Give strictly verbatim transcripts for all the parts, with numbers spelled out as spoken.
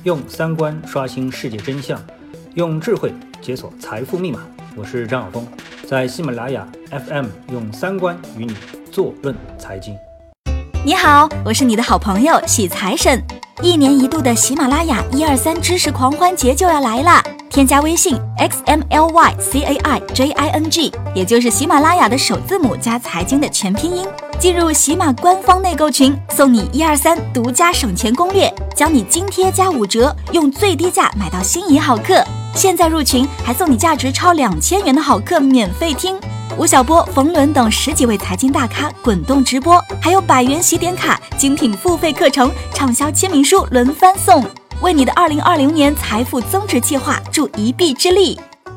用三观刷新世界真相，用智慧解锁财富密码。我是张晓峰，在喜马拉雅 F M 用三观与你坐论财经。 你好，我是你的好朋友喜财神。一年一度的喜马拉雅一二三知识狂欢节就要来啦！添加微信 X M L Y C A I J I N G， 也就是喜马拉雅的首字母加财经的全拼音，进入喜马官方内购群，送你一二三独家省钱攻略，教你津贴加五折，用最低价买到心仪好课。现在入群还送你价值超两千元的好课免费听。吴晓波、冯仑等十几位财经大咖滚动直播，还有百元喜点卡、精品付费课程、畅销签名书轮番送，为你的二零二零年财富增值计划助一臂之力。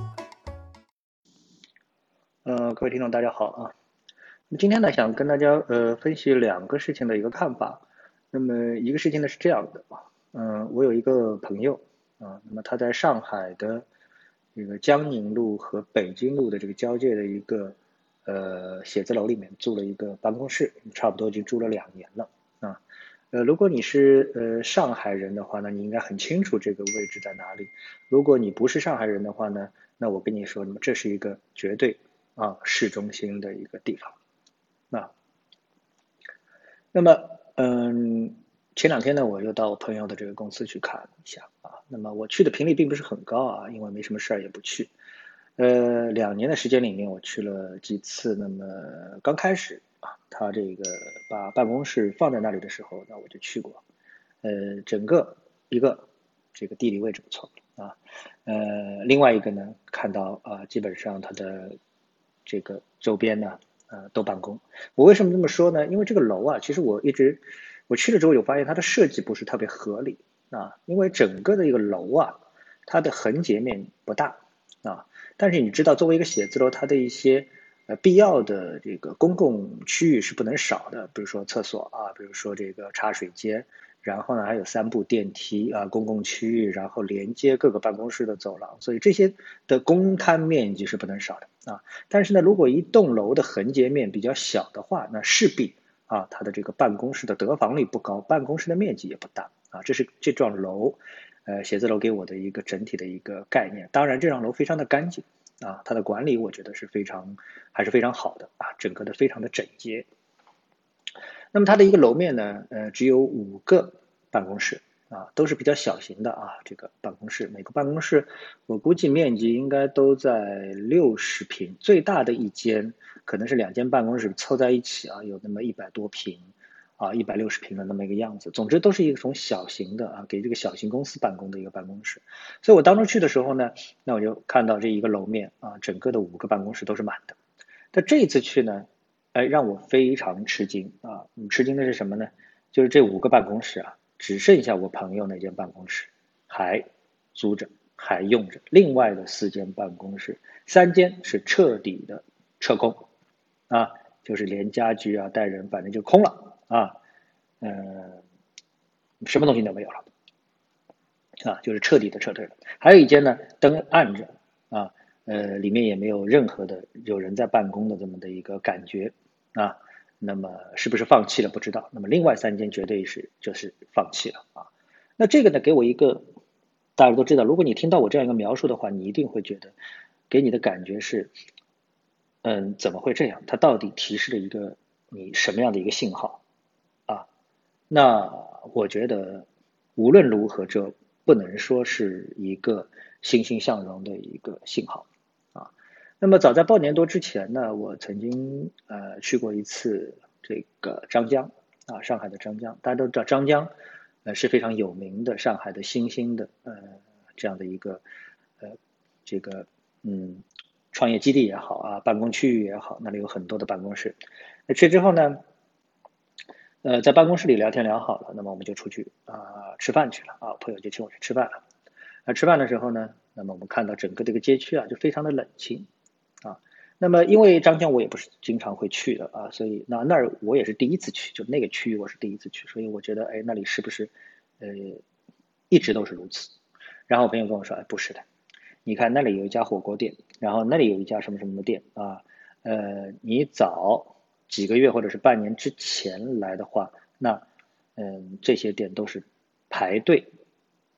呃，各位听众大家好啊。那么今天呢，想跟大家呃分析两个事情的一个看法。那么一个事情呢是这样的啊，嗯、呃，我有一个朋友啊，那么他在上海的这个江宁路和北京路的这个交界的一个呃写字楼里面租了一个办公室，差不多已经住了两年了啊。呃，如果你是呃上海人的话呢，你应该很清楚这个位置在哪里。如果你不是上海人的话呢，那我跟你说，那么这是一个绝对啊市中心的一个地方啊。那么嗯，前两天呢，我又到我朋友的这个公司去看一下啊。那么我去的频率并不是很高啊，因为没什么事儿也不去。呃，两年的时间里面，我去了几次。那么刚开始啊，他这个把办公室放在那里的时候，那我就去过。呃，整个一个这个地理位置不错啊。呃，另外一个呢，看到啊，基本上它的这个周边呢，呃，都办公。我为什么这么说呢？因为这个楼啊，其实我一直我去了之后有发现它的设计不是特别合理啊，因为整个的一个楼啊，它的横截面不大啊。但是你知道，作为一个写字楼，它的一些呃必要的这个公共区域是不能少的，比如说厕所啊，比如说这个茶水间，然后呢还有三部电梯啊，公共区域，然后连接各个办公室的走廊，所以这些的公摊面积是不能少的啊。但是呢，如果一栋楼的横截面比较小的话，那势必啊它的这个办公室的得房率不高，办公室的面积也不大啊。这是这幢楼呃，写字楼给我的一个整体的一个概念。当然，这幢楼非常的干净啊，它的管理我觉得是非常还是非常好的啊，整个的非常的整洁。那么它的一个楼面呢，呃，只有五个办公室啊，都是比较小型的啊，这个办公室每个办公室我估计面积应该都在六十平，最大的一间可能是两间办公室凑在一起啊，有那么一百多平。啊，一百六十平的那么一个样子，总之都是一种小型的啊，给这个小型公司办公的一个办公室。所以我当初去的时候呢，那我就看到这一个楼面啊，整个的五个办公室都是满的。但这一次去呢，哎，让我非常吃惊啊！吃惊的是什么呢？就是这五个办公室啊，只剩下我朋友那间办公室还租着，还用着。另外的四间办公室，三间是彻底的撤空啊，就是连家具啊、带人，反正就空了。啊，嗯，什么东西都没有了，啊，就是彻底的撤退了。还有一间呢，灯暗着，啊，呃，里面也没有任何的有人在办公的这么的一个感觉，啊，那么是不是放弃了不知道。那么另外三间绝对是就是放弃了啊。那这个呢，给我一个大家都知道，如果你听到我这样一个描述的话，你一定会觉得给你的感觉是，嗯，怎么会这样？它到底提示了一个你什么样的一个信号？那我觉得无论如何，这不能说是一个欣欣向荣的一个信号啊。那么早在半年多之前呢，我曾经呃去过一次这个张江啊，上海的张江，大家都知道张江呃是非常有名的上海的新兴的呃这样的一个呃这个嗯创业基地也好啊，办公区域也好，那里有很多的办公室。那去之后呢？呃，在办公室里聊天聊好了，那么我们就出去啊、呃、吃饭去了啊，朋友就请我去吃饭了。那吃饭的时候呢，那么我们看到整个这个街区啊，就非常的冷清啊。那么因为张江我也不是经常会去的啊，所以那那儿我也是第一次去，就那个区域我是第一次去，所以我觉得哎那里是不是呃一直都是如此？然后我朋友跟我说，哎不是的，你看那里有一家火锅店，然后那里有一家什么什么店啊，呃你早。几个月或者是半年之前来的话，那嗯这些店都是排队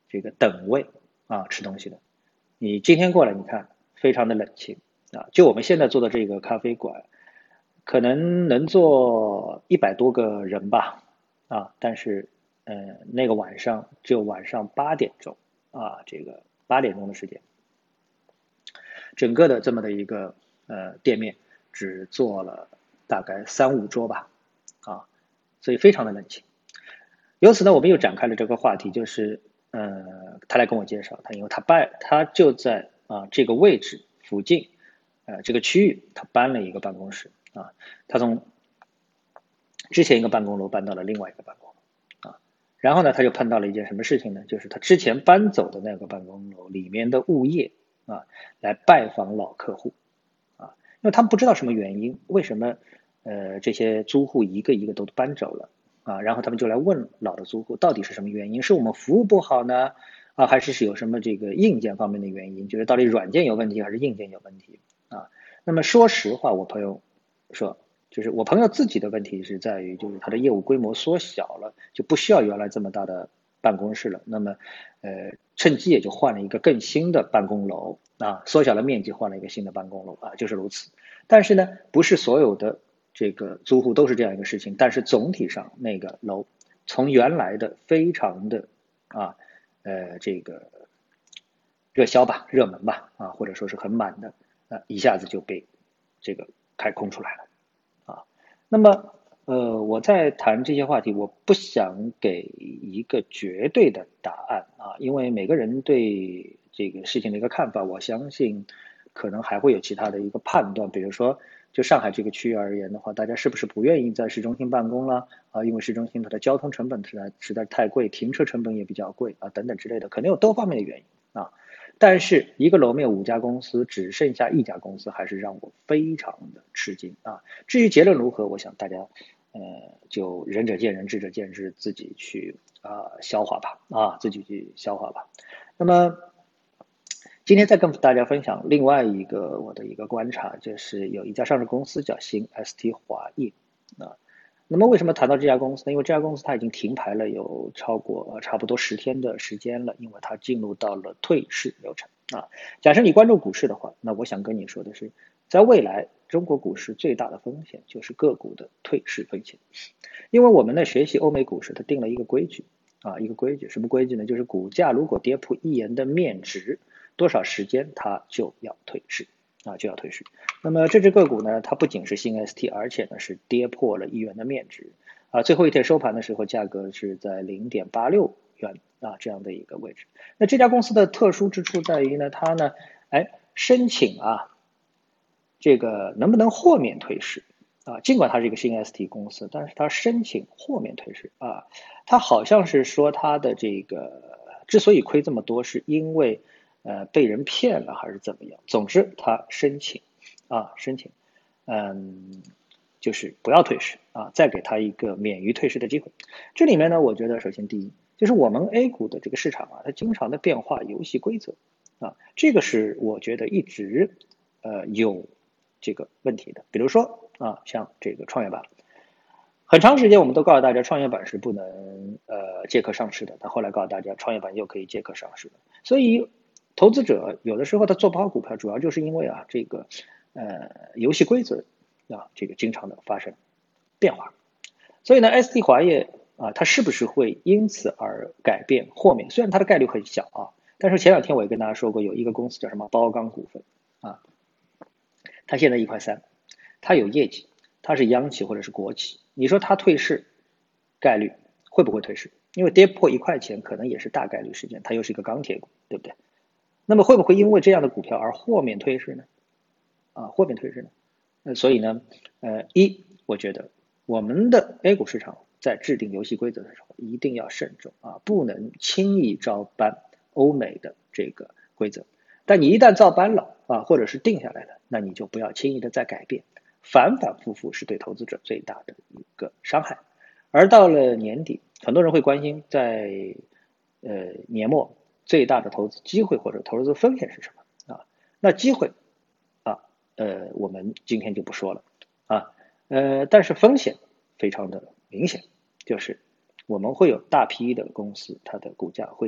这个等位啊吃东西的。你今天过来，你看非常的冷清啊，就我们现在做的这个咖啡馆，可能能坐一百多个人吧啊，但是呃那个晚上只有晚上八点钟啊，这个八点钟的时间，整个的这么的一个呃店面只坐了大概三五桌吧啊，所以非常的冷清。由此呢，我们又展开了这个话题，就是呃，他来跟我介绍，他因为他搬，他就在啊这个位置附近，呃这个区域，他搬了一个办公室啊，他从之前一个办公楼搬到了另外一个办公楼啊，然后呢，他就碰到了一件什么事情呢？就是他之前搬走的那个办公楼里面的物业啊，来拜访老客户啊，因为他们不知道什么原因，为什么呃这些租户一个一个都搬走了。啊，然后他们就来问老的租户到底是什么原因，是我们服务不好呢，啊，还是是有什么这个硬件方面的原因，就是到底软件有问题还是硬件有问题啊？那么说实话，我朋友说，就是我朋友自己的问题是在于，就是他的业务规模缩小了，就不需要原来这么大的办公室了，那么呃趁机也就换了一个更新的办公楼啊，缩小了面积，换了一个新的办公楼啊，就是如此。但是呢，不是所有的这个租户都是这样一个事情，但是总体上那个楼从原来的非常的啊呃这个热销吧、热门吧啊，或者说是很满的，啊一下子就被这个开空出来了啊。那么呃我在谈这些话题，我不想给一个绝对的答案啊，因为每个人对这个事情的一个看法，我相信可能还会有其他的一个判断，比如说。就上海这个区域而言的话，大家是不是不愿意在市中心办公了啊？因为市中心它的交通成本实在实在太贵，停车成本也比较贵啊，等等之类的，可能有多方面的原因啊。但是一个楼面五家公司只剩下一家公司，还是让我非常的吃惊啊。至于结论如何，我想大家呃就仁者见仁，智者见智，自己去啊消化吧啊，自己去消化吧。那么。今天再跟大家分享另外一个我的一个观察，就是有一家上市公司叫新 S T 华业啊。那么为什么谈到这家公司呢？因为这家公司它已经停牌了有超过、呃、差不多十天的时间了，因为它进入到了退市流程啊。假设你关注股市的话，那我想跟你说的是，在未来中国股市最大的风险就是个股的退市风险，因为我们呢学习欧美股市，它定了一个规矩啊，一个规矩，什么规矩呢？就是股价如果跌破一元的面值。多少时间它就要退市啊，就要退市。那么这只个股呢，它不仅是新 S T， 而且呢是跌破了一元的面值啊。最后一天收盘的时候，价格是在 零点八六元啊这样的一个位置。那这家公司的特殊之处在于呢，它呢，哎申请啊，这个能不能豁免退市啊？尽管它是一个新 S T 公司，但是它申请豁免退市啊。它好像是说它的这个之所以亏这么多，是因为。呃，被人骗了还是怎么样？总之，他申请啊，申请，嗯，就是不要退市啊，再给他一个免于退市的机会。这里面呢，我觉得首先第一，就是我们 A 股的这个市场啊，它经常的变化游戏规则啊，这个是我觉得一直呃有这个问题的。比如说啊，像这个创业板。很长时间我们都告诉大家，创业板是不能呃借壳上市的，但后来告诉大家，创业板又可以借壳上市的，所以。投资者有的时候他做不好股票，主要就是因为啊这个呃游戏规则啊这个经常的发生变化，所以呢 S T 华业啊它是不是会因此而改变豁免？虽然它的概率很小啊，但是前两天我也跟大家说过，有一个公司叫什么包钢股份啊，它现在一块三，它有业绩，它是央企或者是国企，你说它退市概率会不会退市？因为跌破一块钱可能也是大概率事件，它又是一个钢铁股，对不对？那么会不会因为这样的股票而豁免退市呢？啊，豁免退市呢？呃，所以呢，呃，一，我觉得我们的 A 股市场在制定游戏规则的时候一定要慎重啊，不能轻易照搬欧美的这个规则。但你一旦照搬了啊，或者是定下来了，那你就不要轻易的再改变，反反复复是对投资者最大的一个伤害。而到了年底，很多人会关心在呃年末。最大的投资机会或者投资风险是什么啊？那机会啊，呃，我们今天就不说了啊，呃，但是风险非常的明显，就是我们会有大批的公司，它的股价会像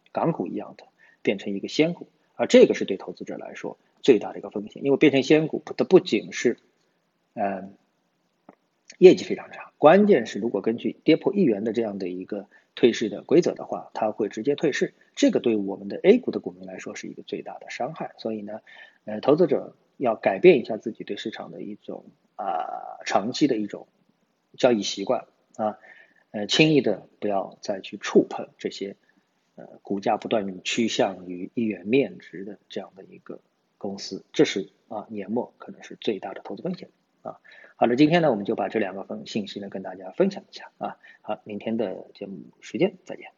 港股一样的变成一个仙股，而这个是对投资者来说最大的一个风险，因为变成仙股它不仅是呃业绩非常差，关键是如果根据跌破一元的这样的一个退市的规则的话，它会直接退市，这个对我们的 A 股的股民来说是一个最大的伤害。所以呢，呃，投资者要改变一下自己对市场的一种啊、呃、长期的一种交易习惯啊，呃，轻易的不要再去触碰这些呃股价不断趋向于一元面值的这样的一个公司，这是啊年末可能是最大的投资风险啊。好的，今天呢我们就把这两个分信息呢跟大家分享一下啊。好，明天的节目时间再见。